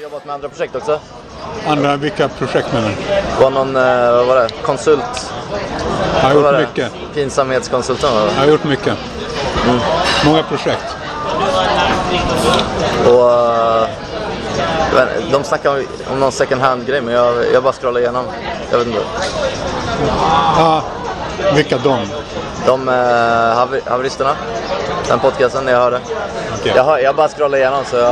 jobbat med andra projekt också? Vilka projekt menar du? Var någon, vad var det? Konsult? Jag har gjort mycket. Pinsamhetskonsulten, va? Jag har gjort mycket. Många projekt. Och de snackar om någon second hand-grej, men jag bara scrollar igenom. Jag vet inte. Ja, vilka de? De haveristerna. Den podcasten jag hörde. Okay. Jag bara scrollar igenom, så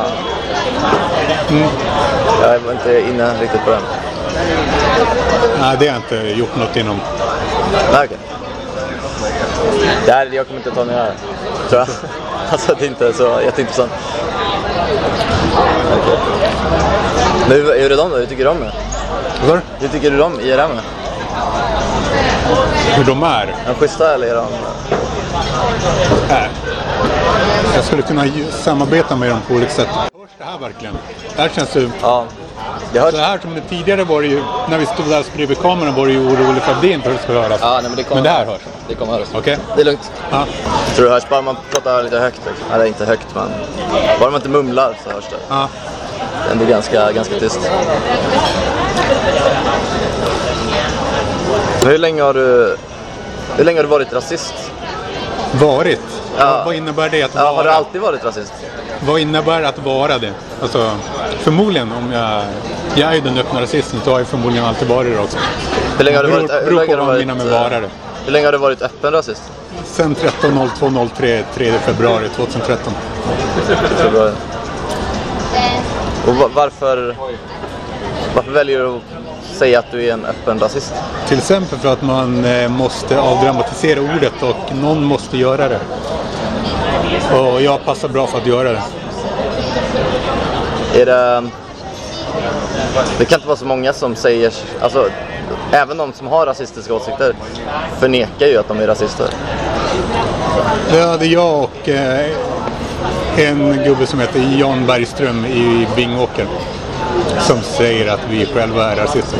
jag är inte inne riktigt på den. Nej, det har jag inte gjort något inom. Nej, okej. Jag kommer inte ta ner det här, tror jag. Alltså, det är inte så jätteintressant. Okay. Men hur är det då? Hur tycker du om det? Vad? Hur tycker du om IRM? Hur de är? En schyssta eller är de? Jag skulle kunna samarbeta med dem på olika sätt. Hörs det här verkligen? Det här känns ju... Ja. Det här som det tidigare var det ju, när vi stod där bredvid kameran var det ju orolig för att det inte skulle höras. Ja, nej, men det här hörs. Det kommer höras. Okej. Det är lugnt. Ja. Jag tror det hörs bara man pratar lite högt. Liksom. Eller inte högt, men bara man inte mumlar så hörs det. Ja. Det är ändå ganska tyst. Hur länge har du varit rasist? Varit? Ja. Vad innebär det att vara? Har du alltid varit rasist? Vad innebär att vara det? Alltså, förmodligen om jag är ju den öppna rasisten, så har jag förmodligen alltid varit det också. Hur länge har du varit Hur länge har du varit öppen rasist? Sen 13.02.03 3 februari 2013. Februari. Och varför väljer du att säga att du är en öppen rasist? Till exempel för att man måste avdramatisera ordet och någon måste göra det. Och jag passar bra för att göra det. Det kan inte vara så många som säger... Alltså, även de som har rasistiska åsikter förnekar ju att de är rasister. Ja, det är jag och en gubbe som heter Jan Bergström i Bingåker som säger att vi själva är rasister.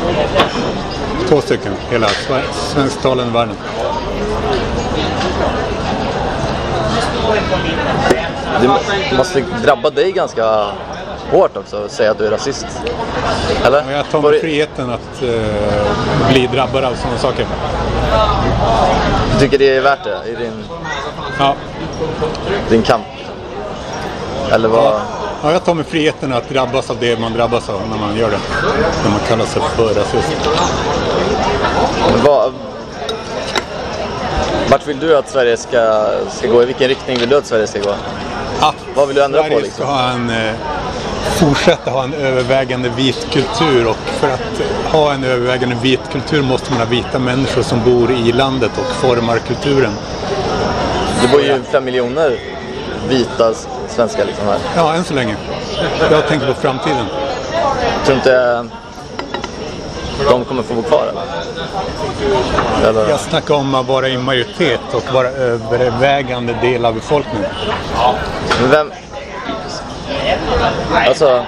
2 stycken, hela svensktalande världen. Det måste drabba dig ganska hårt också att säga att du är rasist. Eller? Jag tar mig friheten att bli drabbad av sådana saker. Du tycker det är värt det i din kamp? Eller vad? Ja, jag tar mig friheten att drabbas av det man drabbas av när man gör det. När man kallar sig för rasist. Vart vill du att Sverige ska gå? I vilken riktning vill du att Sverige ska gå? Vad vill du ändra Sverige på? Liksom? Ska fortsätta ha en övervägande vit kultur, och för att ha en övervägande vit kultur måste man ha vita människor som bor i landet och formar kulturen. Det bor ju 5 miljoner vita svenskar liksom här. Ja, än så länge. Jag tänker på framtiden. Tror inte de kommer få bo kvar? Eller? Jag snackar om att vara i majoritet och vara övervägande del av befolkningen. Men vem... Alltså...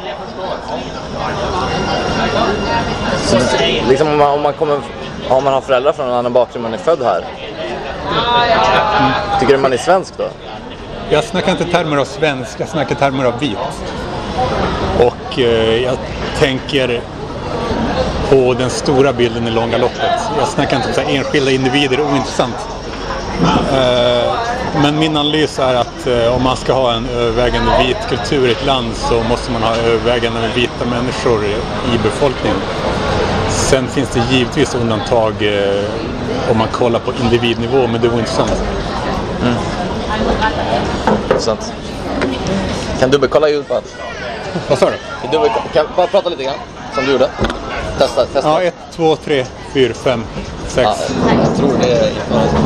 Så, liksom om man har föräldrar från en annan bakgrund, man är född här. Tycker du man är svensk då? Jag snackar inte termer av svensk, jag snackar termer av vit. Och jag tänker på den stora bilden i långa loppet. Jag snackar inte om så här enskilda individer, ointressant. Men min analys är att om man ska ha en övervägande vit kultur i ett land så måste man ha övervägande vita människor i befolkningen. Sen finns det givetvis undantag om man kollar på individnivå, men det är ointressant. Intressant. Kan du kolla ljudpad? Vad sa du? Kan bara prata lite grann, som du gjorde. Testa. Ja, 1, 2, 3, 4, 5, 6. Ja, jag tror det är...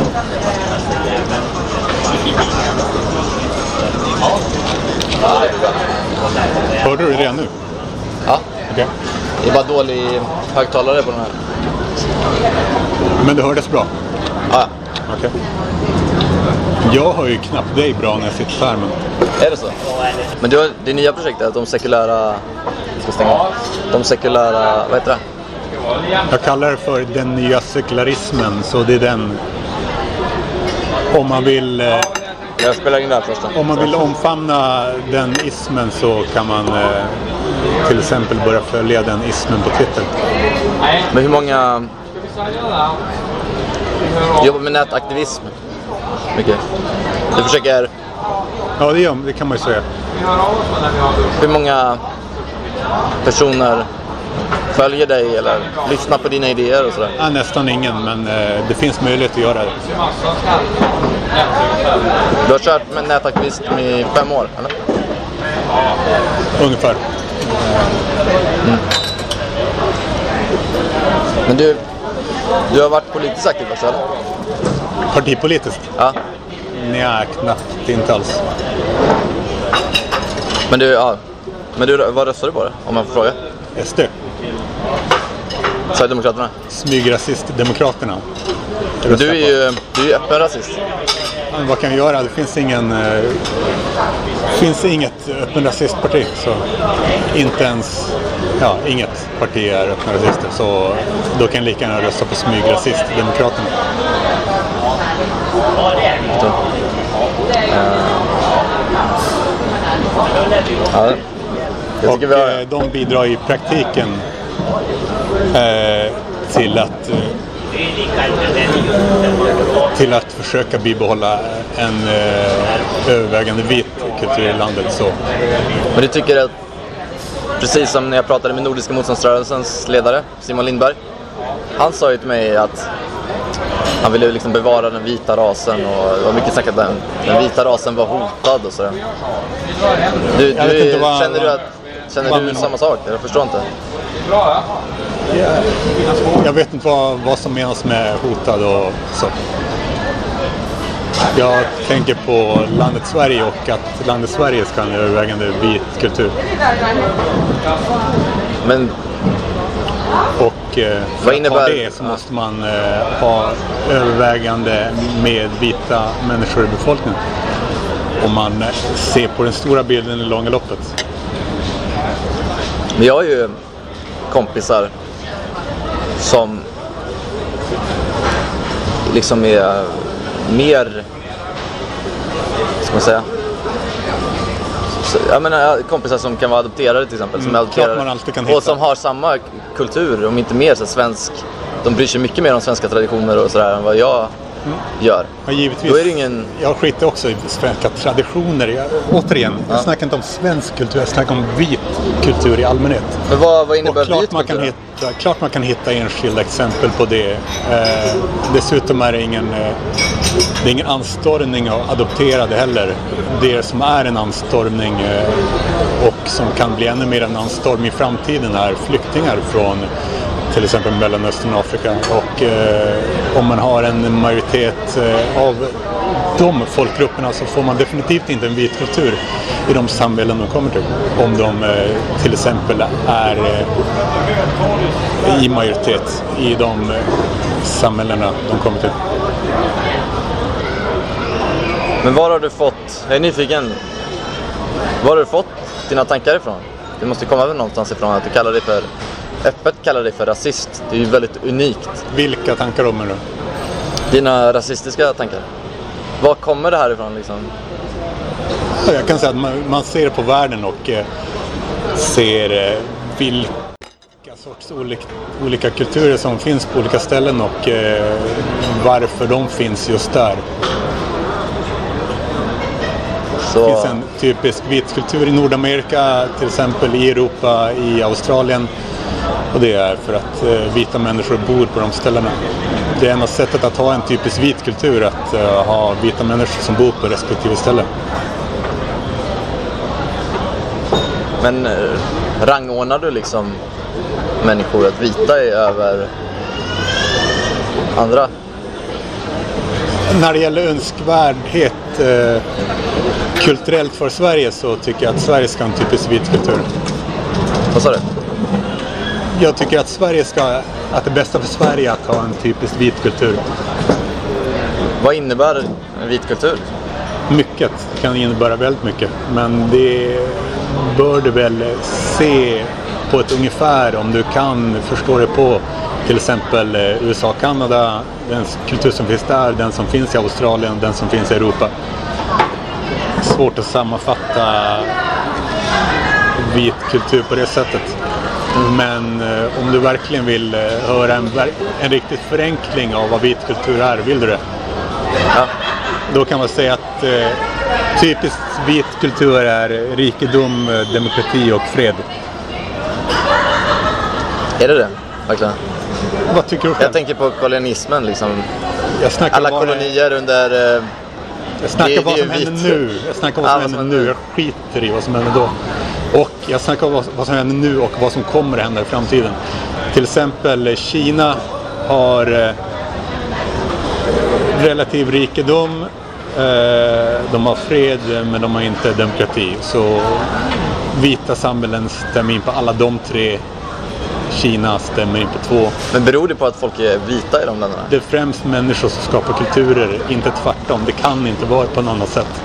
Hörde du det redan nu? Ja. Okay. Det är bara dålig högtalare på den här. Men det hördes bra? Ja. Okej. Jag hör ju knappt dig bra när jag sitter på skärmen. Är det så? Men du har det nya projektet, de sekulära... Vad heter det? Jag kallar det för den nya sekularismen, så det är den... Om man vill... Jag spelar in där först. Om man vill omfamna den ismen så kan man till exempel börja följa den ismen på Twitter. Men hur många jobbar med nätaktivism? Mycket. Du försöker... Ja, det kan man ju säga. Hur många personer följer dig eller lyssnar på dina idéer och sådär? Ja, nästan ingen, men det finns möjlighet att göra det. Du har kört med nätaktivism i 5 år, eller? Ungefär. Men du har varit politiskt aktiv också, eller? Partipolitiskt? Ja. Nej, knappt, inte alls. Men vad röstar du på det, om man får fråga? SD. Sverigedemokraterna? Smygrasist-demokraterna. Du är ju öppen rasist. Men vad kan jag göra? Det finns inget öppen rasistparti. Så inte ens, inget parti är öppna rasister. Så då kan jag lika gärna rösta på smygrasist-demokraterna. Och de bidrar i praktiken till att försöka bibehålla en övervägande vit kultur i landet. Så. Men du tycker att, precis som när jag pratade med Nordiska motståndsrörelsens ledare Simon Lindberg, han sa ju till mig att han ville liksom bevara den vita rasen, och det var mycket sagt att den vita rasen var hotad och sådär. Känner du samma sak? Jag förstår inte. Jag vet inte vad som menas med hotad och så. Jag tänker på landet Sverige och att landet Sverige ska ha en övervägande vit kultur. Men för att ha det så måste man ha övervägande med vita människor i befolkningen. Om man ser på den stora bilden i långa loppet. Men jag har ju kompisar som liksom är mer, ska man säga, jag menar kompisar som kan vara adopterade till exempel, som är adopterade och som har samma kultur, om inte mer så svensk. De bryr sig mycket mer om svenska traditioner och sådär än vad jag gör. Ja, givetvis. Då är det ingen... Jag skiter också i svenska traditioner. Jag snackar inte om svensk kultur, jag snackar om vit kultur i allmänhet. Men vad innebär vit kultur? Klart man kan hitta enskilda exempel på det. Dessutom är det ingen anstormning av adopterade heller. Det som är en anstormning och som kan bli ännu mer en anstorm i framtiden är flyktingar från till exempel Mellanöstern och Afrika. Och om man har en majoritet av de folkgrupperna så får man definitivt inte en vit kultur i de samhällen de kommer till. Om de till exempel är i majoritet i de samhällena de kommer till. Men var har du fått, jag är nyfiken, var har du fått dina tankar ifrån? Det måste komma väl någonstans ifrån att du öppet kallar dig för rasist. Det är ju väldigt unikt. Vilka tankar om du? Dina rasistiska tankar. Var kommer det här ifrån liksom? Jag kan säga att man ser på världen och ser vilka sorts olika kulturer som finns på olika ställen och varför de finns just där. Det finns en typisk vit kultur i Nordamerika, till exempel i Europa, i Australien. Och det är för att vita människor bor på de ställena. Det är enda sättet att ha en typisk vit kultur, att ha vita människor som bor på respektive ställe. Men rangordnar du liksom människor att vita är över andra? När det gäller önskvärdhet kulturellt för Sverige så tycker jag att Sverige ska ha en typisk vit kultur. Vad sa du? Jag tycker att att det bästa för Sverige är att ha en typisk vit kultur. Vad innebär en vit kultur? Mycket, det kan innebära väldigt mycket. Men det bör du väl se på ett ungefär om du kan förstå det på till exempel USA och Kanada, den kultur som finns där, den som finns i Australien, den som finns i Europa. Svårt att sammanfatta vit kultur på det sättet. Men om du verkligen vill höra en riktig förenkling av vad vit kultur är, vill du det? Ja. Då kan man säga att typiskt vit kultur är rikedom, demokrati och fred. Är det verkligen? Vad tycker du själv? Jag tänker på kolonialismen liksom. Alla kolonier under... Jag snackar vad som händer nu. Jag snackar vad som händer nu. Jag skiter i vad som händer då. Och jag snackar vad som händer nu och vad som kommer att hända i framtiden. Till exempel Kina har relativ rikedom. De har fred, men de har inte demokrati. Så vita samhällen stämmer in på alla de tre. Kina stämmer in på 2. Men beror det på att folk är vita i de länderna? Det är främst människor som skapar kulturer, inte tvärtom. Det kan inte vara på något annat sätt.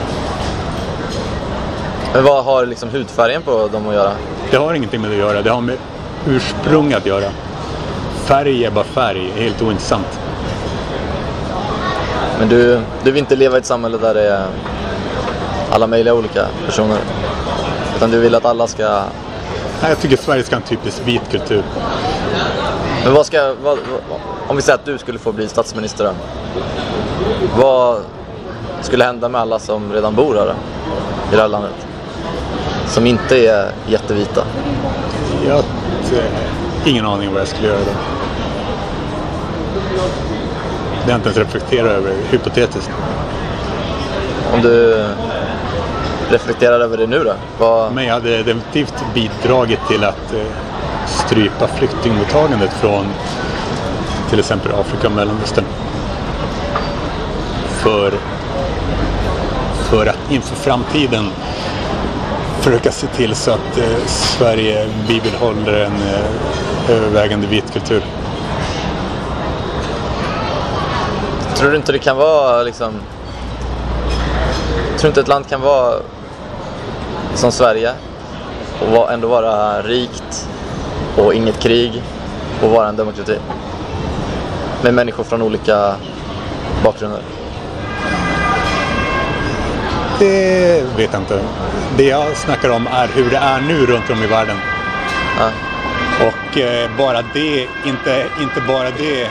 Men vad har liksom hudfärgen på dem att göra? Det har ingenting med det att göra. Det har med ursprung att göra. Färg är bara färg. Helt ointressant. Men du vill inte leva i ett samhälle där det är alla möjliga olika personer? Utan du vill att alla ska... Jag tycker Sverige ska ha en typisk vit kultur. Men om vi säger att du skulle få bli statsminister då? Vad skulle hända med alla som redan bor här då, i det här landet? Som inte är jättevita? Jag har ingen aning vad jag skulle göra då. Det har inte ens reflekterat över, hypotetiskt. Om du reflekterar över det nu då? Men jag hade definitivt bidragit till att strypa flyktingmottagandet från till exempel Afrika och Mellanöstern. För att inför framtiden försöka se till så att Sverige bibehåller en övervägande vit kultur. Tror du inte det kan vara liksom... Tror du inte ett land kan vara som Sverige och ändå vara rikt och inget krig och vara en demokrati med människor från olika bakgrunder? Det vet jag inte. Det jag snackar om är hur det är nu runt om i världen. Ja. Och bara det, inte bara det.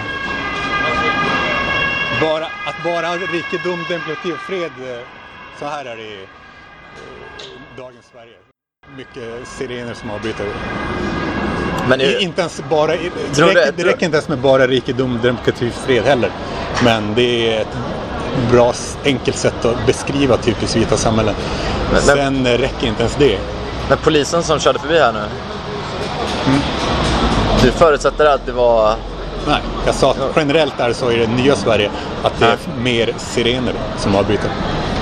Bara rikedom, demokrati och fred. Så här är det i dagens Sverige. Mycket sirener som avbryter. Men inte ens bara, det räcker inte ens med bara rikedom, demokrati och fred heller. Men det är ett bra, enkelt sätt att beskriva typiskt vita samhällen. Sen räcker inte ens det. Men polisen som körde förbi här nu, du förutsätter att det var... Nej, jag sa att generellt är så i det nya Sverige att det är mer sirener som avbryter.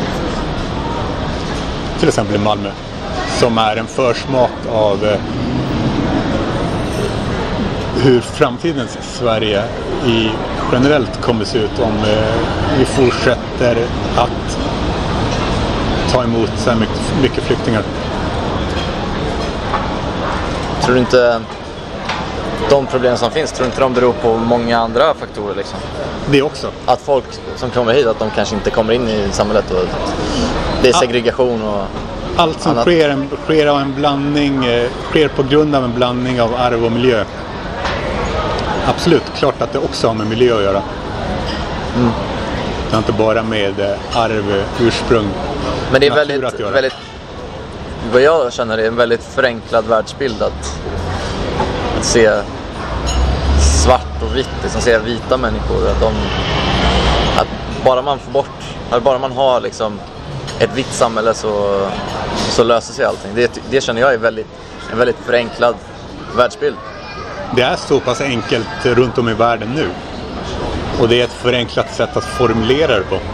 Till exempel i Malmö, som är en försmak av hur framtidens Sverige generellt kommer se ut om vi fortsätter att ta emot så här mycket flyktingar. Tror du inte de problem som finns, tror du inte de beror på många andra faktorer liksom? Det också. Att folk som kommer hit, att de kanske inte kommer in i samhället och det är segregation och allt som sker av en blandning, sker på grund av en blandning av arv och miljö. Absolut, klart att det också har med miljö att göra. Det har inte bara med arv, ursprung. Men det är väldigt, vad jag känner är en väldigt förenklad världsbild att se svart och vitt, liksom se vita människor, att bara man får bort, att bara man har liksom ett vitt samhälle så löser sig allting. Det känner jag är en väldigt förenklad världsbild. Det är så pass enkelt runt om i världen nu. Och det är ett förenklat sätt att formulera det på.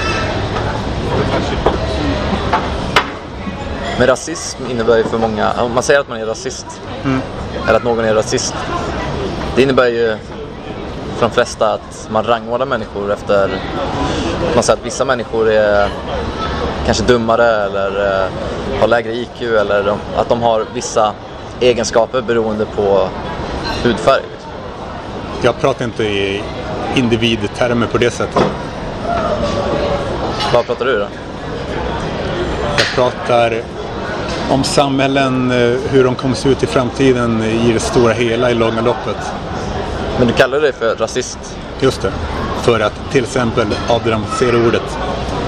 Men rasism innebär ju för många, om man säger att man är rasist eller att någon är rasist, det innebär ju för de flesta att man rangordnar människor efter, man säger att vissa människor är kanske dummare eller har lägre IQ eller att de har vissa egenskaper beroende på hudfärg. Jag pratar inte i individtermer på det sättet. Vad pratar du då? Jag pratar om samhällen, hur de kommer se ut i framtiden i det stora hela, i långa loppet. Men du kallar det för rasist? Just det, för att till exempel avdramatisera ordet.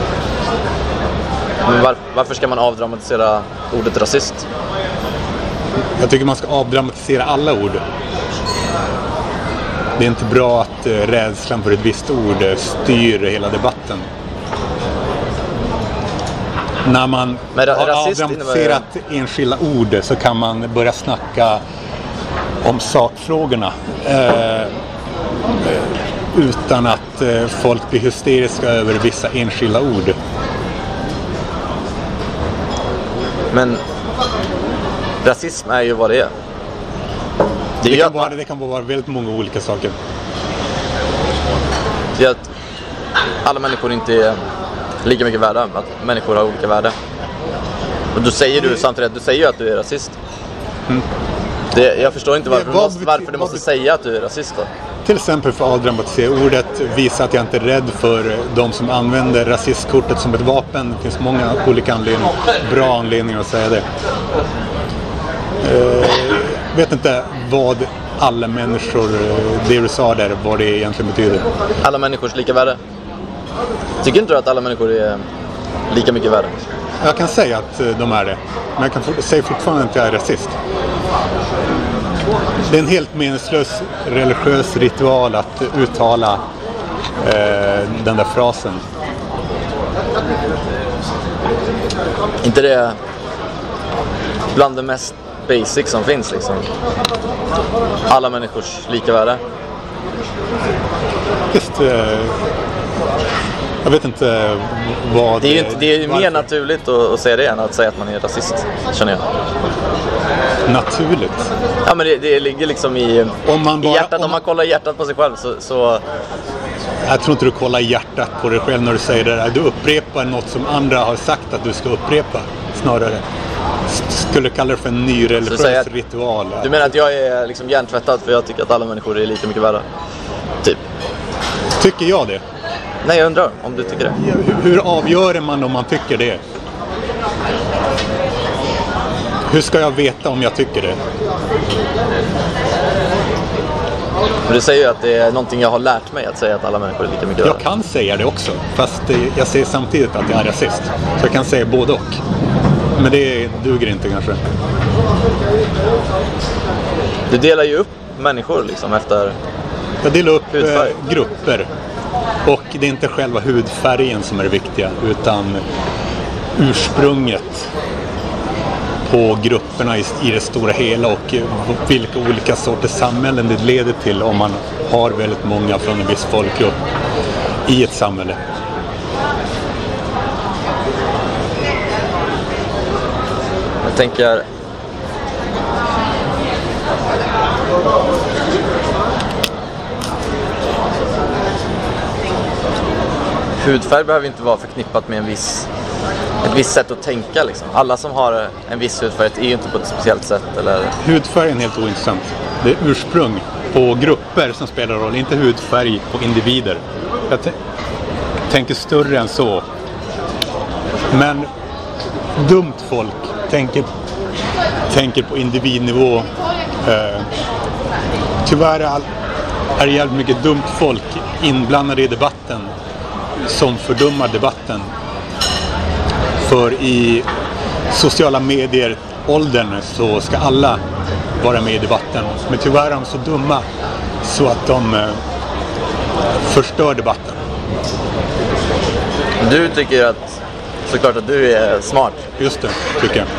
Men varför ska man avdramatisera ordet rasist? Jag tycker man ska avdramatisera alla ord. Det är inte bra att rädslan för ett visst ord styr hela debatten. När man har avdramatiserat enskilda ord så kan man börja snacka om sakfrågorna utan att folk blir hysteriska över vissa enskilda ord. Men rasism är ju vad det är. Det kan vara väldigt många olika saker. Det är att alla människor inte är lika mycket värda, att människor har olika värde. Och då säger du samtidigt att du säger att du är rasist. Mm. Jag förstår inte varför du måste säga att du är rasist då. Till exempel för att avdramatisera ordet, visa att jag inte är rädd för de som använder rasistkortet som ett vapen. Det finns många olika bra anledningar att säga det. Vet inte vad alla människor, det du sa där, vad det egentligen betyder. Alla människors lika värde. Tycker inte du att alla människor är lika mycket värde? Jag kan säga att de är det. Men jag kan säga fortfarande att jag är rasist. Det är en helt meningslös religiös ritual att uttala den där frasen. Inte det bland det mest basic som finns liksom? Alla människors lika värde. Just jag vet inte vad... Det är ju mer naturligt att säga det än att säga att man är rasist, känner jag. Naturligt? Ja, men det ligger liksom i hjärtat. Om man kollar hjärtat på sig själv så... Jag tror inte du kollar hjärtat på dig själv när du säger det där. Du upprepar något som andra har sagt att du ska upprepa, snarare. Skulle kalla det för en ny religiös ritual. Du menar att jag är liksom hjärntvättad för jag tycker att alla människor är lika mycket värda? Typ. Tycker jag det? Nej, jag undrar om du tycker det. Hur avgör man om man tycker det? Hur ska jag veta om jag tycker det? Men du säger ju att det är någonting jag har lärt mig att säga att alla människor är lika mycket värda. Jag kan säga det också, fast jag säger samtidigt att jag är rasist. Så jag kan säga både och. Men det duger inte kanske. Du delar ju upp människor liksom efter... Jag delar upp grupper. Och det är inte själva hudfärgen som är det viktiga, utan ursprunget på grupperna i det stora hela och vilka olika sorters samhällen det leder till om man har väldigt många från en viss folkgrupp i ett samhälle. Jag tänker... Hudfärg behöver inte vara förknippat med ett visst sätt att tänka liksom. Alla som har en viss hudfärg är ju inte på ett speciellt sätt eller... Hudfärgen är helt ointressant. Det är ursprung på grupper som spelar roll, inte hudfärg på individer. Jag tänker större än så. Men dumt folk tänker på individnivå. Tyvärr är det jävligt mycket dumt folk inblandade i debatten som fördummar debatten. För i sociala medier-åldern så ska alla vara med i debatten. Men tyvärr är de så dumma så att de förstör debatten. Du tycker att såklart att du är smart. Just det, tycker jag.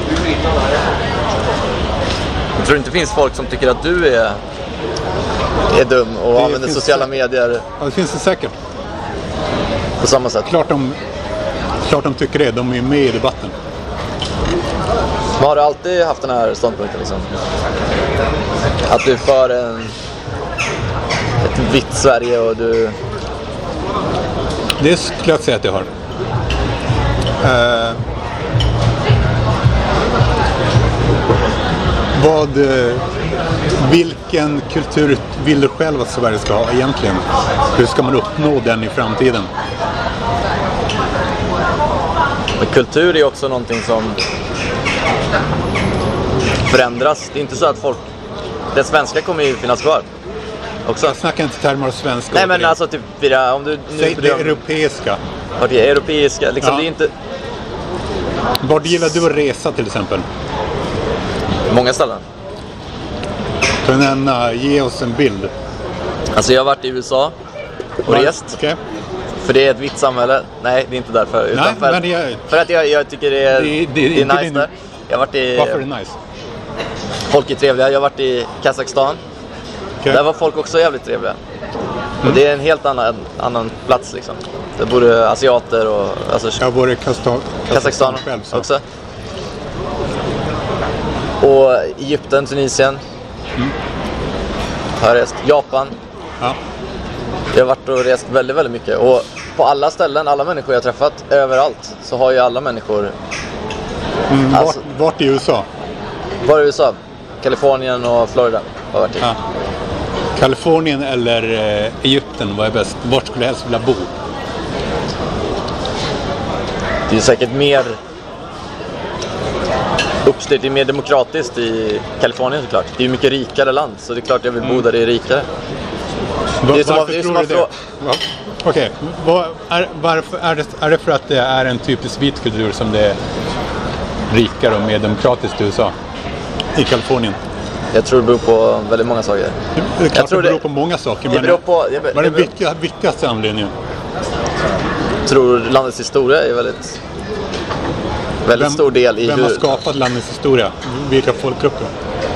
Jag tror inte det finns folk som tycker att du är dum och använder sociala medier. Ja, det finns det säkert. På samma sätt. Klart de tycker det. De är med i debatten. Men har du alltid haft den här ståndpunkten liksom? Att du är för ett vitt Sverige och du... Det skulle jag säga att jag har. Vilken kultur vill du själv att Sverige ska ha egentligen? Hur ska man uppnå den i framtiden? Men kultur är också någonting som förändras. Det är inte så att det svenska kommer ju finnas kvar också. Jag snackar inte termer av svenska. Nej, men alltså typ om du nu säg det europeiska. Ja, det är europeiska. Liksom, Ja. det är inte Var gillar du att resa till exempel? många ställen. Kan du nämna, ge oss en bild. Alltså jag har varit i USA och rest. Okej. För det är ett vitt samhälle. Nej, det är inte därför. Utan Nej, för, men det är... för att jag tycker det är inte nice din... där. Jag har varit i... Varför är det nice? Folk är trevliga. Jag har varit i Kazakstan. Okay. Där var folk också jävligt trevliga. Och det är en helt annan plats liksom. Det bor asiater och... Alltså, Jag var i Kazakstan själv, så. också. Och Egypten, Tunisien. Har jag rest. Japan. Ja. Jag har varit och rest väldigt, väldigt mycket. Och på alla ställen, alla människor jag har träffat, överallt, så har ju alla människor... Alltså, Vart i USA? var i USA? Kalifornien och Florida har varit i. Ja. Kalifornien eller Egypten, vad är bäst? Vart skulle jag helst vilja bo? Det är säkert mer uppstyrt, det är mer demokratiskt i Kalifornien såklart. Det är ju mycket rikare land, så det är klart jag vill bo där det är rikare. Det är som Varför tror du det? Okej, varför är det för att det är en typisk vit kultur som det är rikare och mer demokratiskt i USA? I Kalifornien? Jag tror det beror på väldigt många saker. Det är klart det beror på många saker, men vad är den viktigaste anledningen? Jag tror landets historia är väldigt stor del i vem har skapat landets historia? Vilka folkgrupper?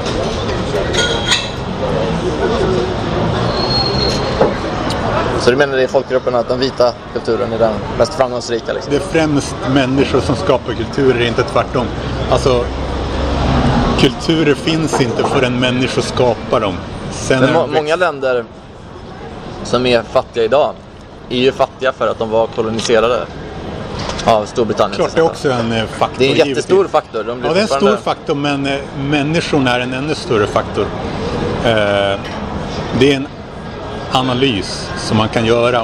Så du menar det är folkgrupperna, att den vita kulturen är den mest framgångsrika liksom? Det är främst människor som skapar kulturer, inte tvärtom. Alltså, kulturer finns inte förrän människor skapar dem. Sen men många länder som är fattiga idag är ju fattiga för att de var koloniserade av Storbritannien. Klart det är också en faktor. Det är en jättestor faktor. Ja, det är en stor faktor, men människorna är en ännu större faktor. Det är en analys som man kan göra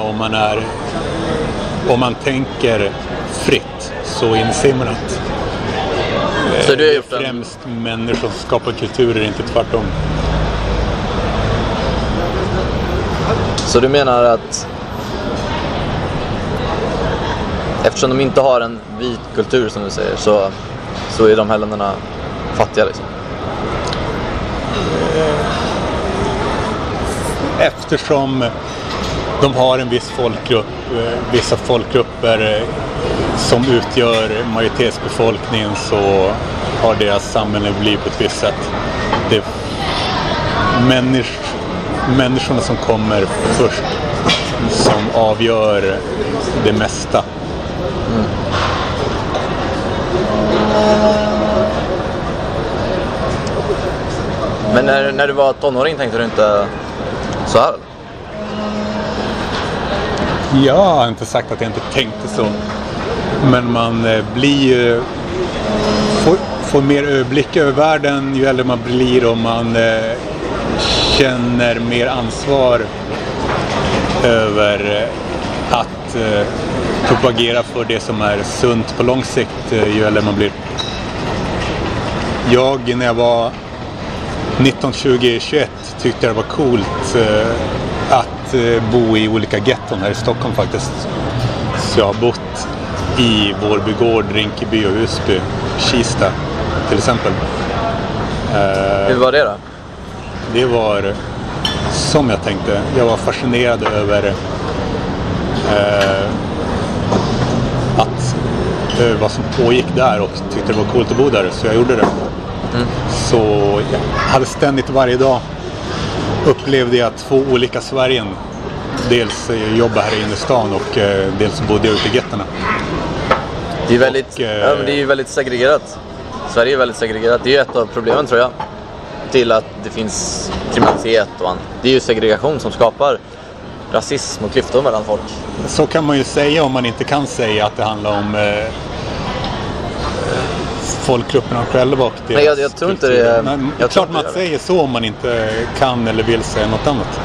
om man tänker fritt, så inser man att så du har det gjort är främst människor som skapar kulturer, inte tvärtom. Så du menar att eftersom de inte har en vit kultur som du säger, så är de här länderna fattiga liksom? Eftersom de har en viss folkgrupp, vissa folkgrupper som utgör majoritetsbefolkningen, så har deras samhälle blivit på ett visst sätt. Det är människorna som kommer först som avgör det mesta. Men när du var tonåring tänkte du inte så här? Jag har inte sagt att jag inte tänkte så. Men man blir får mer överblick över världen ju äldre man blir, och man känner mer ansvar över att propagera för det som är sunt på lång sikt ju äldre man blir. När jag var 19, 20, 21 tyckte jag det var coolt att bo i olika getton här i Stockholm faktiskt. Så jag har bott i Vårby gård, Rinkeby och Husby, Kista till exempel. Hur var det då? Det var som jag tänkte. Jag var fascinerad över vad som pågick där och tyckte det var coolt att bo där, så jag gjorde det. Så jag hade ständigt varje dag upplevde jag 2 olika Sverige. Dels jobba här inne i stan och dels bodde jag ute i getterna. Det är väldigt, det är ju väldigt segregerat. Sverige är väldigt segregerat. Det är ju ett av problemen, tror jag, till att det finns kriminalitet och annat. Det är ju segregation som skapar rasism och klyftor mellan folk. Så kan man ju säga, om man inte kan säga att det handlar om folkgrupperna själva och deras. Nej, jag tror inte det. Det är klart man säger så om man inte kan eller vill säga något annat.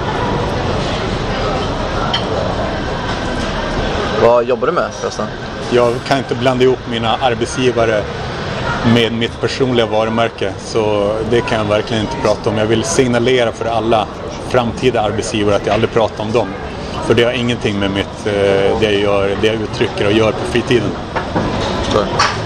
Vad jobbar du med förresten? Jag kan inte blanda ihop mina arbetsgivare med mitt personliga varumärke, så det kan jag verkligen inte prata om. Jag vill signalera för alla framtida arbetsgivare att jag aldrig pratar om dem. För det har ingenting med det jag gör, det jag uttrycker och gör på fritiden. Så.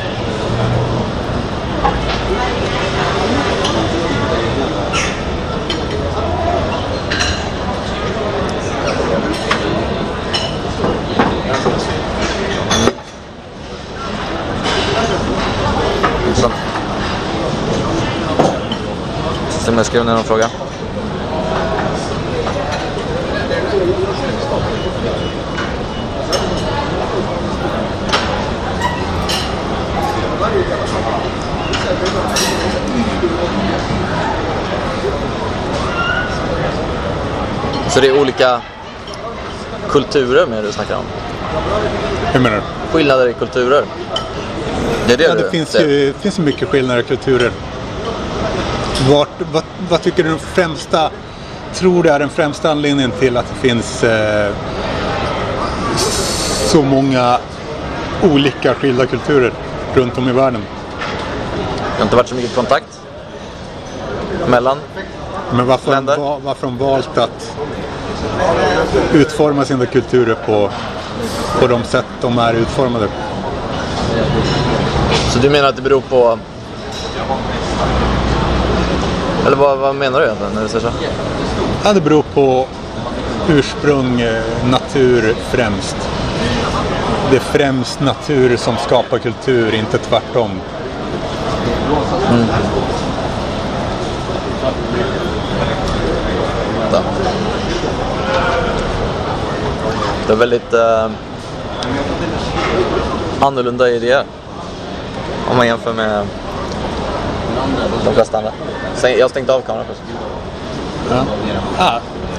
Som jag skrev ner någon fråga. Så det är olika kulturer med det du snackar om? Hur menar du? Skillnader i kulturer. Det är det det finns mycket skillnader i kulturer. Vad tycker du tror du är den främsta anledningen till att det finns så många olika skilda kulturer runt om i världen? Det har inte varit så mycket kontakt mellan länder. Varför de valt att utforma sina kulturer på de sätt de är utformade? Så du menar att det beror på... Eller vad menar du egentligen när du säger så? Ja, det beror på ursprung, natur främst. Det är främst natur som skapar kultur, inte tvärtom. Mm. Det är väldigt annorlunda idéer om man jämför med de flesta andra. Jag har stängt av kameran först. Ja.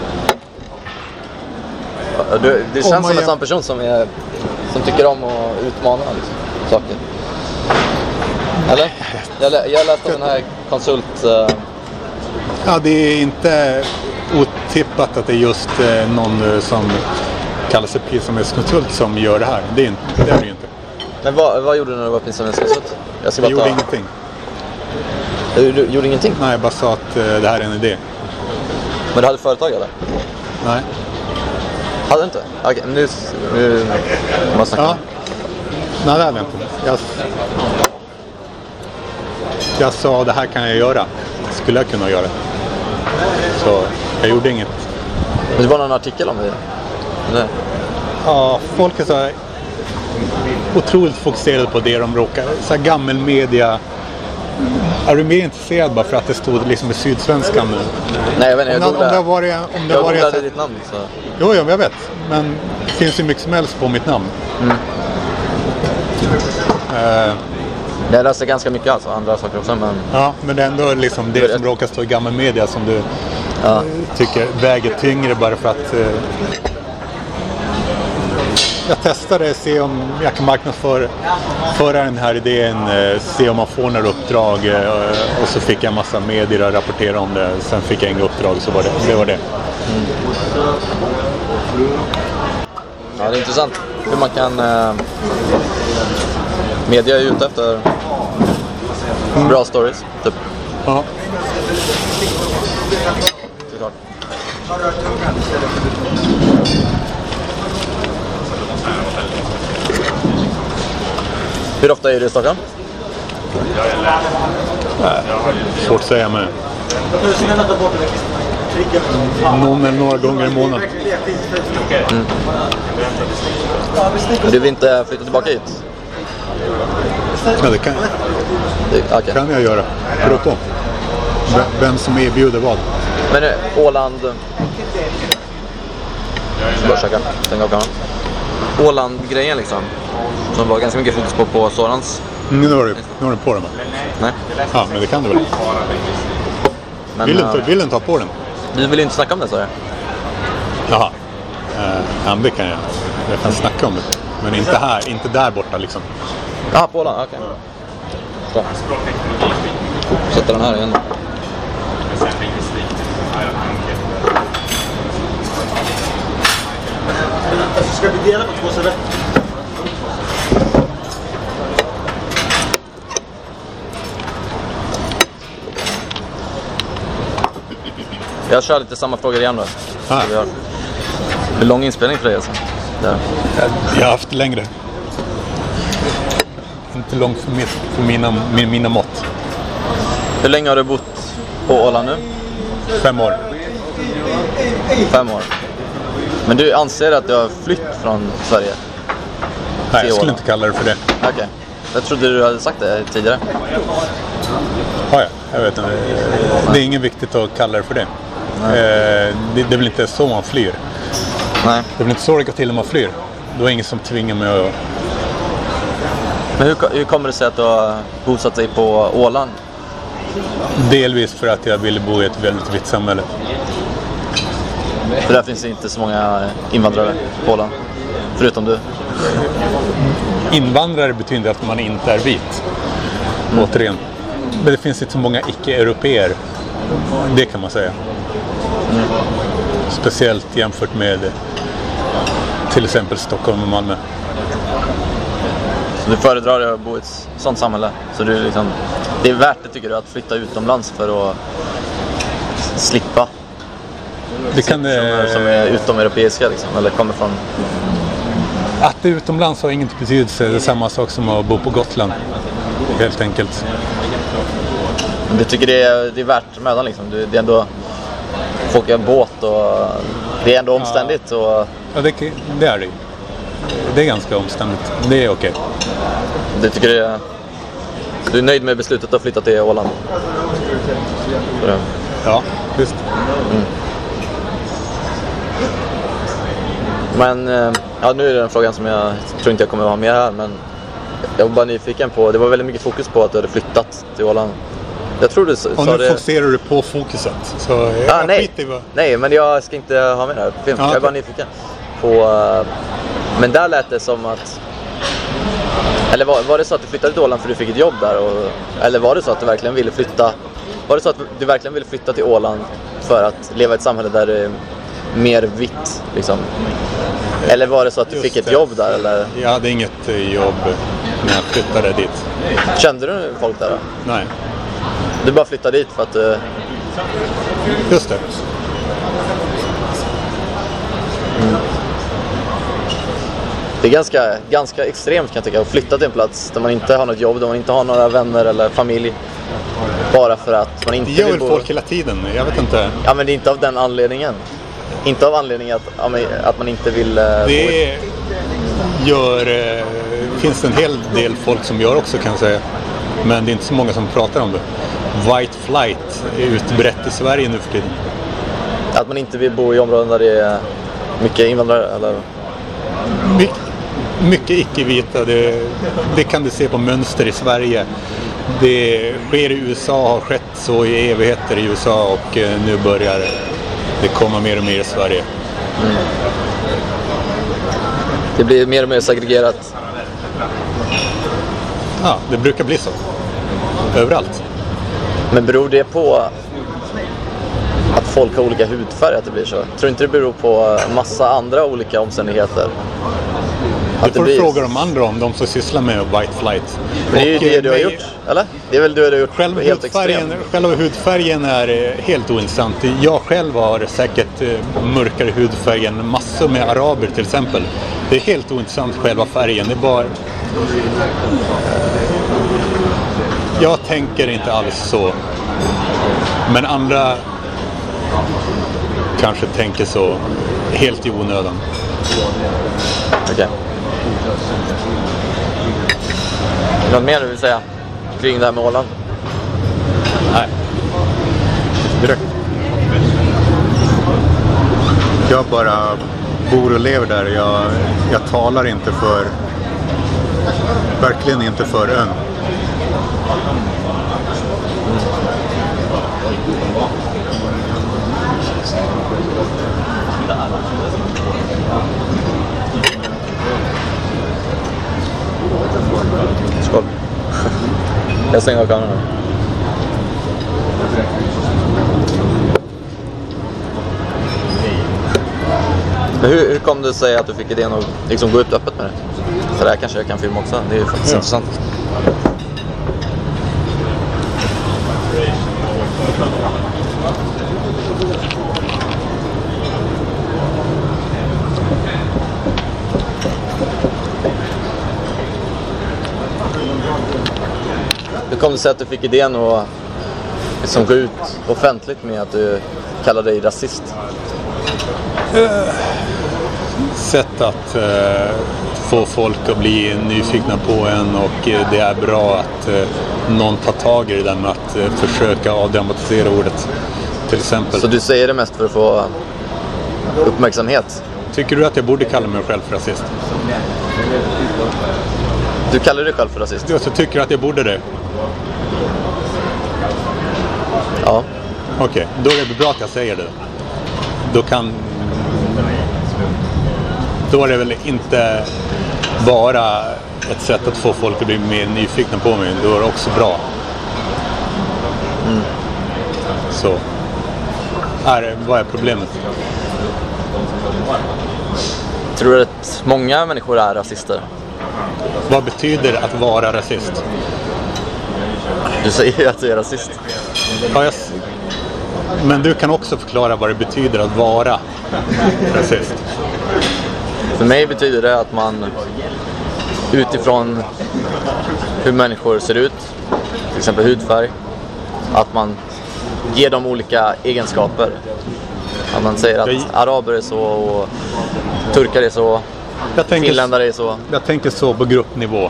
Det känns som en sån person som tycker om att utmana liksom, saker. Eller? Jag läste den här konsult... Ja, det är inte otippat att det är just någon som kallar sig Pinsamhetskonsult som gör det här. Det är det ju inte. Men vad gjorde du när du var Pinsamhetskonsult? Jag gjorde ingenting. Du gjorde ingenting? Nej, jag bara sa att det här är en idé. Men du hade företag eller? Nej. Hade du inte? Okej, men nu kan man snacka. Ja. Nej, det hade jag inte. Jag sa det här kan jag göra. Skulle jag kunna göra. Så jag gjorde inget. Men det var någon artikel om det? Nej. Ja, folk är så här otroligt fokuserade på det de råkar. Så här gammelmedia. Är du mer intresserad bara för att det stod liksom i Sydsvenskan nu? Nej, jag vet inte. Jag googlade ditt namn. Så. Jo, jag vet. Men det finns ju mycket som helst på mitt namn. Mm. Jag läser ganska mycket alltså, andra saker också. Men... Ja, men det är ändå liksom det som råkar stå i gammelmedia som du tycker väger tyngre bara för att... Jag testade, se om jag kan marknadsföra den här idén, se om man får några uppdrag och så fick jag en massa medier att rapportera om det. Sen fick jag inga uppdrag, så det var det. Mm. Ja, det är intressant hur man kan... media är ute efter bra stories, typ. Ja. Såklart. Hur ofta är du i Stockholm? Svårt att säga, men någon eller några gånger i månaden. Mm. Men du vill inte flytta tillbaka hit? Ja, det kan kan jag göra. Beror på vem som erbjuder vad. Men nu, Åland... Bara försöka stänga av kameran. Åland-grejen liksom. Som var ganska mycket fokus på Sorans. Nu har du på den, va? Nej. Ja, men det kan du väl. Men, vill du inte ha på den? Du vill inte snacka om det, så jag. Jaha. Ja, det kan jag. Jag kan snacka om det. Men inte här, inte där borta liksom. Jaha, på Åland, okej. Okay. Sätter den här igen. Ska vi dela på 2 servetter? Jag kör lite samma frågor igen då. Ah. Hur lång inspelning för dig alltså? Där. Jag har haft längre. Inte långt för mina mått. Hur länge har du bott på Åland nu? 5 år. 5 år. Men du anser att du har flytt från Sverige? Nej, jag skulle inte kalla det för det. Okej. Jag trodde du hade sagt det tidigare. Ja, jag vet inte. Det är inget viktigt att kalla det för det. Det är väl inte så man flyr. Nej. Det är väl inte så det går till när man flyr. Då är det ingen som tvingar mig att... Men hur kommer det sig att du har bosatt dig på Åland? Delvis för att jag ville bo i ett väldigt vitt samhälle. För där finns det inte så många invandrare på Åland. Förutom du. Invandrare betyder att man inte är vit. Återigen. Men det finns inte så många icke-europeer. Det kan man säga. Speciellt jämfört med till exempel Stockholm och Malmö. Så du föredrar att bo i ett sånt samhälle? Så du liksom, det är värt det tycker du att flytta utomlands för att slippa Det kan personer som är utomeuropeiska liksom, eller kommer från... Att det är utomlands har ingen betydelse. Det är samma sak som att bo på Gotland. Helt enkelt. Du tycker det är värt mödan liksom? Det är ändå... Folk har båt och... Det är ändå omständigt och... Ja, det är det. Det är ganska omständigt. Det är okej. Du tycker det är... Du är nöjd med beslutet att flytta till Åland? Ja, visst. Men ja, nu är det en fråga som jag tror inte jag kommer att ha med här, men jag var bara nyfiken på, det var väldigt mycket fokus på att du hade flyttat till Åland. Jag tror du sa det... Och nu fokuserar du på fokuset. Så nej, men jag ska inte ha med det här på film. Jag är bara nyfiken på... Men där lät det som att... Eller var det så att du flyttade till Åland för du fick ett jobb där? Eller var det så att du verkligen ville flytta... Var det så att du verkligen ville flytta till Åland för att leva i ett samhälle där det är mer vitt liksom? Eller var det så att du fick ett jobb där? Eller? Jag hade inget jobb när jag flyttade dit. Kände du folk där då? Nej. Du bara flyttade dit för att du... Just det. Det är ganska extremt kan jag tycka att flytta till en plats där man inte har något jobb, där man inte har några vänner eller familj. Bara för att man inte vill bo. Det gör väl folk hela tiden, jag vet inte. Ja, men det är inte av den anledningen. Inte av anledningen att man inte vill det finns en hel del folk som gör också kan jag säga. Men det är inte så många som pratar om det. White flight är utbrett i Sverige nu för tiden. Att man inte vill bo i områden där det är mycket invandrare eller? Mycket icke-vita. Det kan du se på mönster i Sverige. Det sker i USA, har skett så i evigheter i USA och nu börjar det komma mer och mer i Sverige. Det blir mer och mer segregerat. Ja, det brukar bli så. Överallt. Men beror det på att folk har olika hudfärg att det blir så? Tror inte det beror på massa andra olika omständigheter? Det får du fråga de andra om, de som sysslar med white flight. Men det är ju det du har gjort, eller? Det är väl det du har gjort helt extremt. Själva hudfärgen är helt ointressant. Jag själv har säkert mörkare hudfärg än massor med araber till exempel. Det är helt ointressant själva färgen. Det är bara... Jag tänker inte alls så. Men andra kanske tänker så helt i onödan. Okej. Något mer du vill säga kring det här med Åland? Nej. Jag bara bor och lever där. Jag talar inte för... Verkligen inte för ön. Skål. Jag stänger av kameran. Men hur kom det sig att du fick idén att liksom gå ut öppet med det? För det här kanske jag kan filma också. Det är ju faktiskt intressant. Hur kom det sig att du fick idén att liksom gå ut offentligt med att du kallar dig rasist? Sätt att få folk att bli nyfikna på en, och det är bra att någon tar tag i det med att försöka avdramatisera ordet, till exempel. Så du säger det mest för att få uppmärksamhet? Tycker du att jag borde kalla mig själv för rasist? Du kallar dig själv för rasist? Ja, så tycker du att jag borde det? Ja. Okej, då är det bra att jag säger det. Då är det väl inte bara ett sätt att få folk att bli mer nyfikna på mig. Då är det också bra. Så. Vad är problemet? Tror du att många människor är rasister? Vad betyder att vara rasist? Du säger ju att du är rasist. Ja, men du kan också förklara vad det betyder att vara rasist. För mig betyder det att man utifrån hur människor ser ut, till exempel hudfärg, att man ger dem olika egenskaper. Att man säger att araber är så och turkar är så, finländare är så. Jag tänker så på gruppnivå.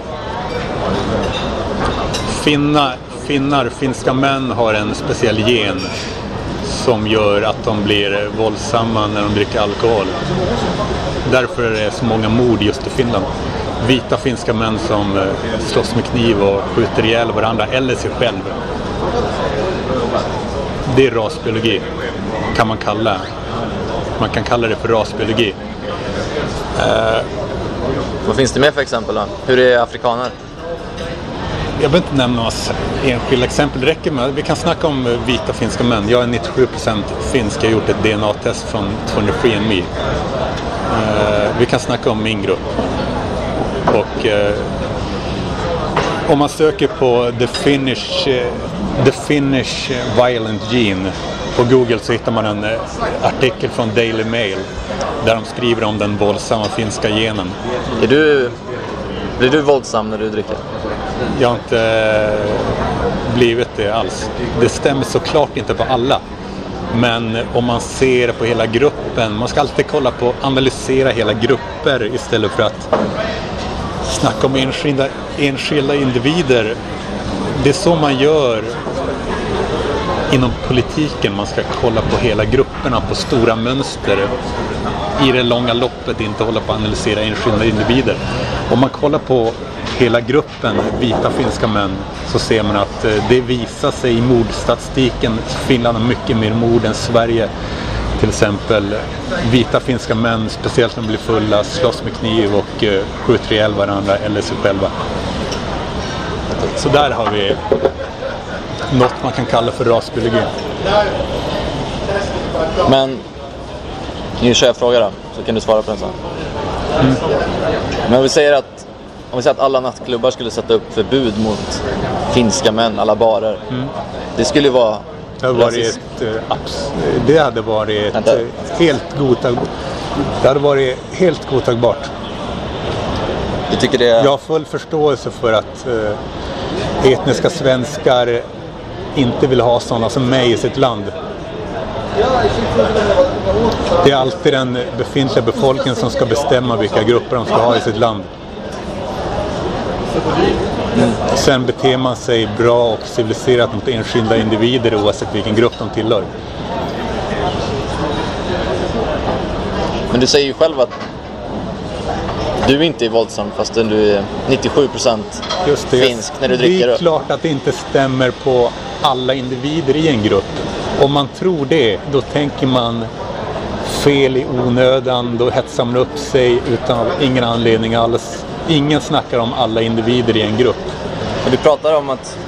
Finska män har en speciell gen som gör att de blir våldsamma när de dricker alkohol. Därför är det så många mord just i Finland. Vita finska män som slåss med kniv och skjuter ihjäl varandra eller sig själv. Det är rasbiologi, kan man kalla. Man kan kalla det för rasbiologi. Vad finns det mer för exempel då? Hur är afrikaner? Jag vill inte nämna några enskilda exempel. Det räcker med. Vi kan snacka om vita finska män. Jag är 97% finsk. Jag har gjort ett DNA-test från 23andMe. Vi kan snacka om min grupp. Och om man söker på the Finnish violent gene på Google så hittar man en artikel från Daily Mail där de skriver om den våldsamma finska genen. Blir du våldsam när du dricker? Jag har inte blivit det alls. Det stämmer såklart inte på alla. Men om man ser på hela gruppen, man ska alltid analysera hela grupper istället för att snacka om enskilda individer. Det är så man gör inom politiken. Man ska kolla på hela grupperna, på stora mönster. I det långa loppet, inte hålla på att analysera enskilda individer. Om man kollar på hela gruppen vita finska män så ser man att det visar sig i mordstatistiken. Finland har mycket mer mord än Sverige. Till exempel vita finska män, speciellt när de blir fulla, slåss med kniv och skjuter ihjäl varandra eller sig själva. Så där har vi något man kan kalla för rasbiologi. Men nu kör jag fråga då, så kan du svara på den sen. Men om vi säger att alla nattklubbar skulle sätta upp förbud mot finska män, alla barer. Det skulle vara rasism. Det hade varit helt godtagbart. Det hade varit helt godtagbart. Du tycker det? Jag har full förståelse för att etniska svenskar inte vill ha sådana som mig i sitt land. Det är alltid den befintliga befolkningen som ska bestämma vilka grupper de ska ha i sitt land. Sen beter man sig bra och civiliserat mot enskilda individer oavsett vilken grupp de tillhör. Men du säger ju själv att du inte är våldsam fastän du är 97% finsk när du dricker. Det är klart att det inte stämmer på alla individer i en grupp. Om man tror det, då tänker man fel i onödan, då hetsar man upp sig utan ingen anledning alls. Ingen snackar om alla individer i en grupp. Och du pratar om att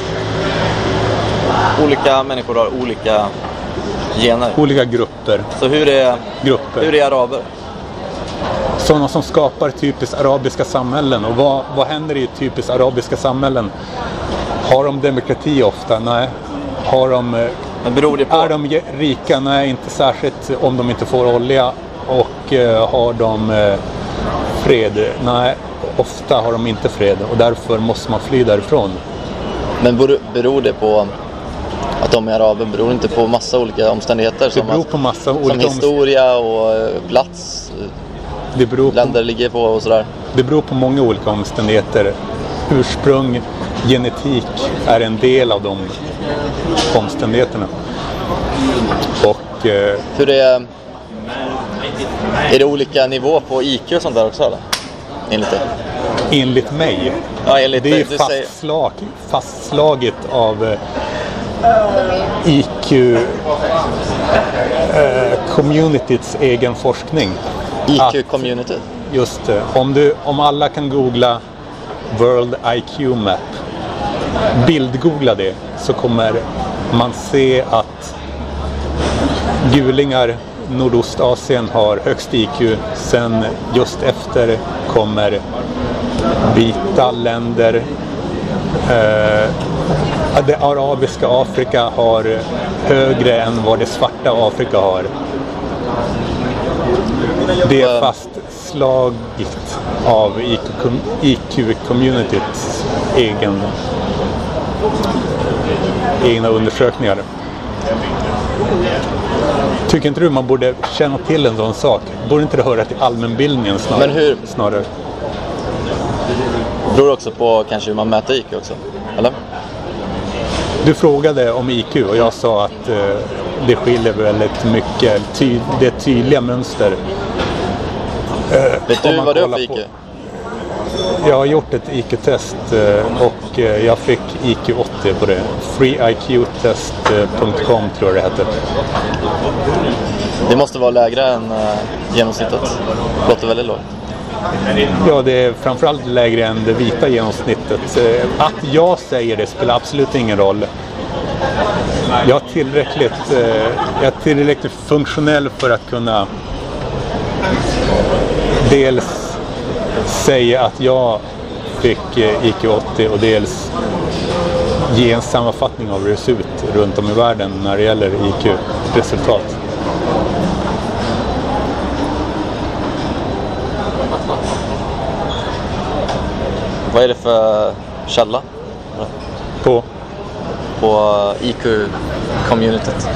olika människor har olika gener. Olika grupper. Så hur är araber? Sådana som skapar typiskt arabiska samhällen. Och vad händer i typiskt arabiska samhällen? Har de demokrati ofta? Nej. Har de Men beror det på? Är de rika? Nej, inte särskilt om de inte får olja. Och har de fred? Nej, ofta har de inte fred. Och därför måste man fly därifrån. Men beror det på att de är araber? Beror det inte på massa olika omständigheter? Det beror på massa olika som historia och plats, länder ligger på och sådär. Det beror på många olika omständigheter. Ursprung, genetik är en del av de omständigheterna. Och hur är det olika nivå på IQ och sånt där också, eller? Enligt mig. Ja, enligt det är fastslaget av IQ communityts egen forskning. IQ-community? Just det. Om alla kan googla World IQ Map, bildgoogla det, så kommer man se att gulingar Nordostasien har högst IQ. Sen just efter kommer vita länder. Det arabiska Afrika har högre än vad det svarta Afrika har. Det är fastslaget av IQ-communityts egna undersökningar. Tycker inte du man borde känna till en sån sak? Borde inte det höra till allmänbildningen snarare? Men snarare? Det beror också på kanske hur man mäter IQ också, eller? Du frågade om IQ och jag sa att det skiljer väldigt mycket. Det är tydliga mönster. Vet du vad du har för IQ? Jag har gjort ett IQ-test och jag fick IQ 80 på det. freeiqtest.com tror jag det heter. Det måste vara lägre än genomsnittet. Det låter väldigt lågt. Ja, det är framförallt lägre än det vita genomsnittet. Att jag säger det spelar absolut ingen roll. Jag är tillräckligt funktionell för att kunna dels säga att jag fick IQ 80 och dels ge en sammanfattning av hur det ser ut runt om i världen när det gäller IQ-resultat. Vad är det för källa? På IQ-communityt.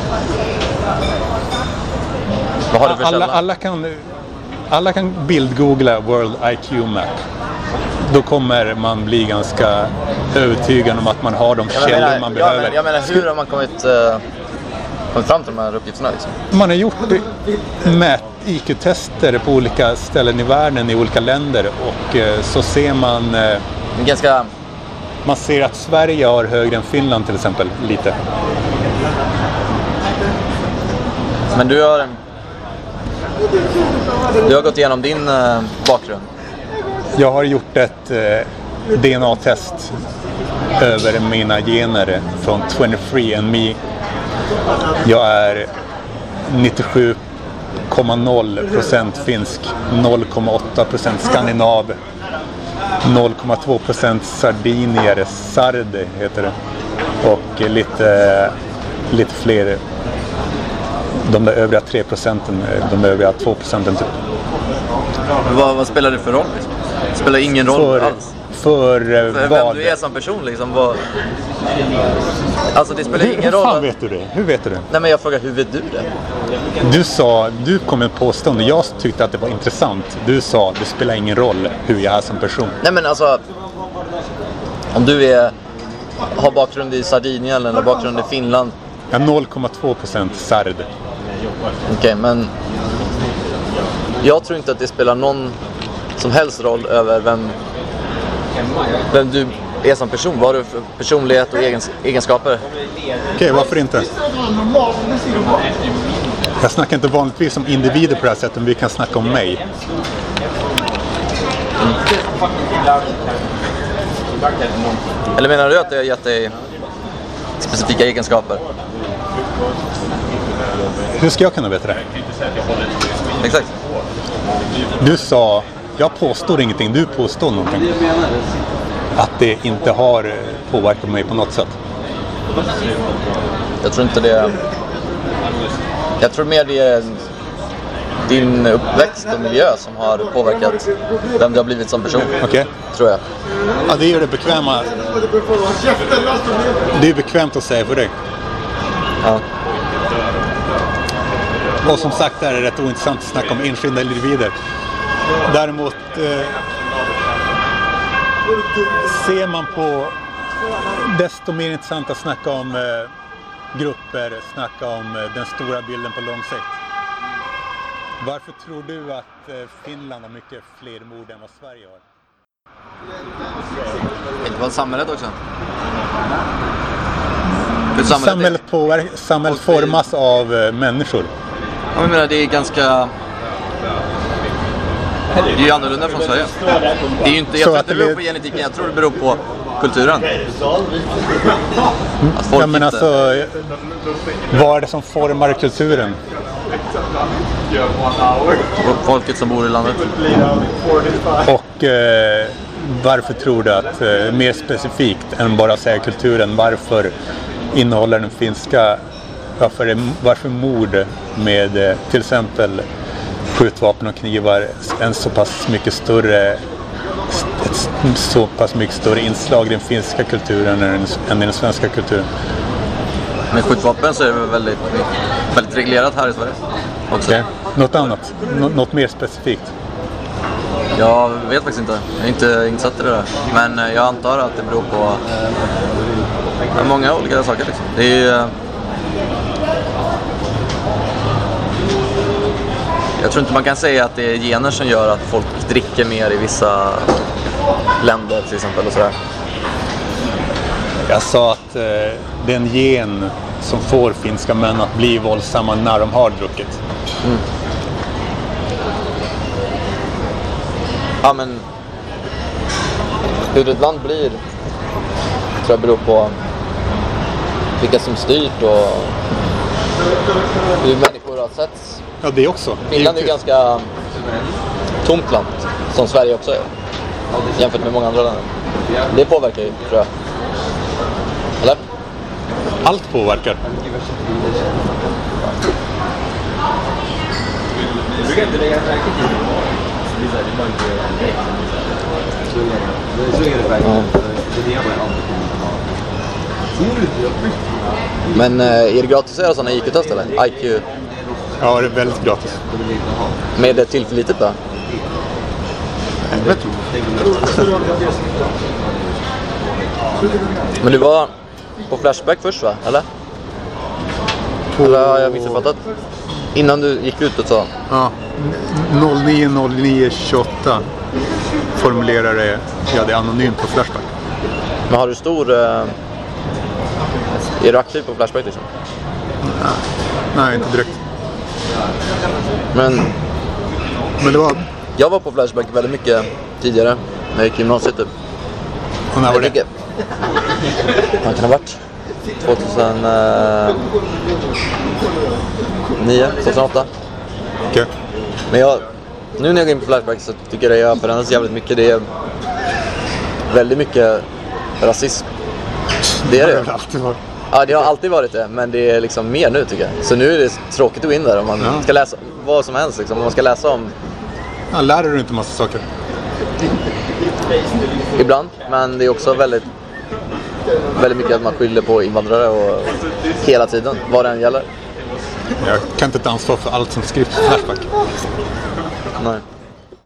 Vad har du för källa? Alla kan bildgoogla World IQ Map. Då kommer man bli ganska övertygad om att man har de källor man behöver. Jag menar, hur har man kommit fram till de här uppgifterna? Liksom? Man har gjort IQ-tester på olika ställen i världen, i olika länder. Och så ser man... Man ser att Sverige har högre än Finland till exempel, lite. Men du har gått igenom din bakgrund. Jag har gjort ett DNA-test över mina gener från 23andMe. Jag är 97,0% finsk, 0,8% skandinav, 0,2% sardinier, sardi heter det, och lite fler. De där övriga 3%, de övriga 2% typ. Vad spelar det för roll? Det spelar ingen roll alls. För vem du är som person liksom. Alltså det spelar ingen roll. Hur fan vet du det? Hur vet du det? Nej, men jag frågar, hur vet du det? Du kom med ett påstående. Jag tyckte att det var intressant. Du sa, det spelar ingen roll hur jag är som person. Nej, men alltså, om du har bakgrund i Sardinien eller bakgrund i Finland. Ja, 0,2% sard. Okej, men jag tror inte att det spelar någon som helst roll över vem du är som person. Vad har du för personlighet och egenskaper? Okej, varför inte? Jag snackar inte vanligtvis om individer på det här sättet, men vi kan snacka om mig. Eller menar du att det har gett dig specifika egenskaper? Hur ska jag kunna veta det? Exakt. Du sa, jag påstår ingenting, du påstår någonting. Att det inte har påverkat mig på något sätt. Jag tror inte det... Jag tror mer det är din uppväxt och miljö som har påverkat vem du har blivit som person. Okej. Tror jag. Ja, det gör det bekväma. Det är bekvämt att säga för dig. Ja. Och som sagt är det rätt ointressant att snacka om enskilda individer. Däremot ser man på desto mer intressant att snacka om grupper, snacka om den stora bilden på lång sikt. Varför tror du att Finland har mycket fler mord än vad Sverige har? Inte bara samhället också. Samhället formas av människor. Ja, jag menar, det är ganska... Det är ju annorlunda från Sverige. Det är ju inte, jag tror inte det beror på genetiken, jag tror det beror på kulturen. Att folk men alltså, vad är det som formar kulturen? Folket som bor i landet. Och varför tror du att, mer specifikt än bara säga kulturen, varför innehåller den finska, varför mord med till exempel skjutvapen och knivar en så pass mycket större inslag i den finska kulturen än i den svenska kulturen? Med skjutvapen så är det väldigt, väldigt reglerat här i Sverige också. Okay. Något annat? Något mer specifikt? Jag vet faktiskt inte. Jag är inte insatt i det där. Men jag antar att det beror på många olika saker liksom. Det är jag tror inte man kan säga att det är gener som gör att folk dricker mer i vissa länder till exempel och sådär. Jag sa att det är en gen som får finska män att bli våldsamma när de har druckit. Mm. Ja, men hur ett land blir tror jag beror på vilka som styrt och hur människor har setts. Ja, det också. Finland är ganska tomt land, som Sverige också är, jämfört med många andra länder. Det påverkar ju, tror jag. Eller? Allt påverkar. Men är det gratis att göra sådana IQ-test eller? IQ? Ja, det är väldigt gratis. Med det tillförlitet då? Jag vet inte. Men du var på Flashback först va? Eller? Eller har jag missuppfattat? Innan du gick ut och sa? Ja, 090928 formulerade jag det anonymt på Flashback. Men har du stor... är du aktiv på Flashback liksom? Nej, inte direkt. Men det var... Jag var på Flashback väldigt mycket tidigare när jag gick i gymnasiet typ. Och när var det? Vad kan det ha varit? 2009, 2008. Okej. Men nu när jag går in på Flashback så tycker jag har förändrats jävligt mycket. Det är väldigt mycket rasism. Det är det. Ja, det har alltid varit det, men det är liksom mer nu tycker jag. Så nu är det tråkigt att gå in där om man ska läsa vad som helst liksom. Om man ska läsa om... Ja, lär du inte massa saker? Ibland, men det är också väldigt mycket att man skyller på invandrare och hela tiden, vad det än gäller. Jag kan inte ta ansvar för allt som skrivs på Flashback. Nej.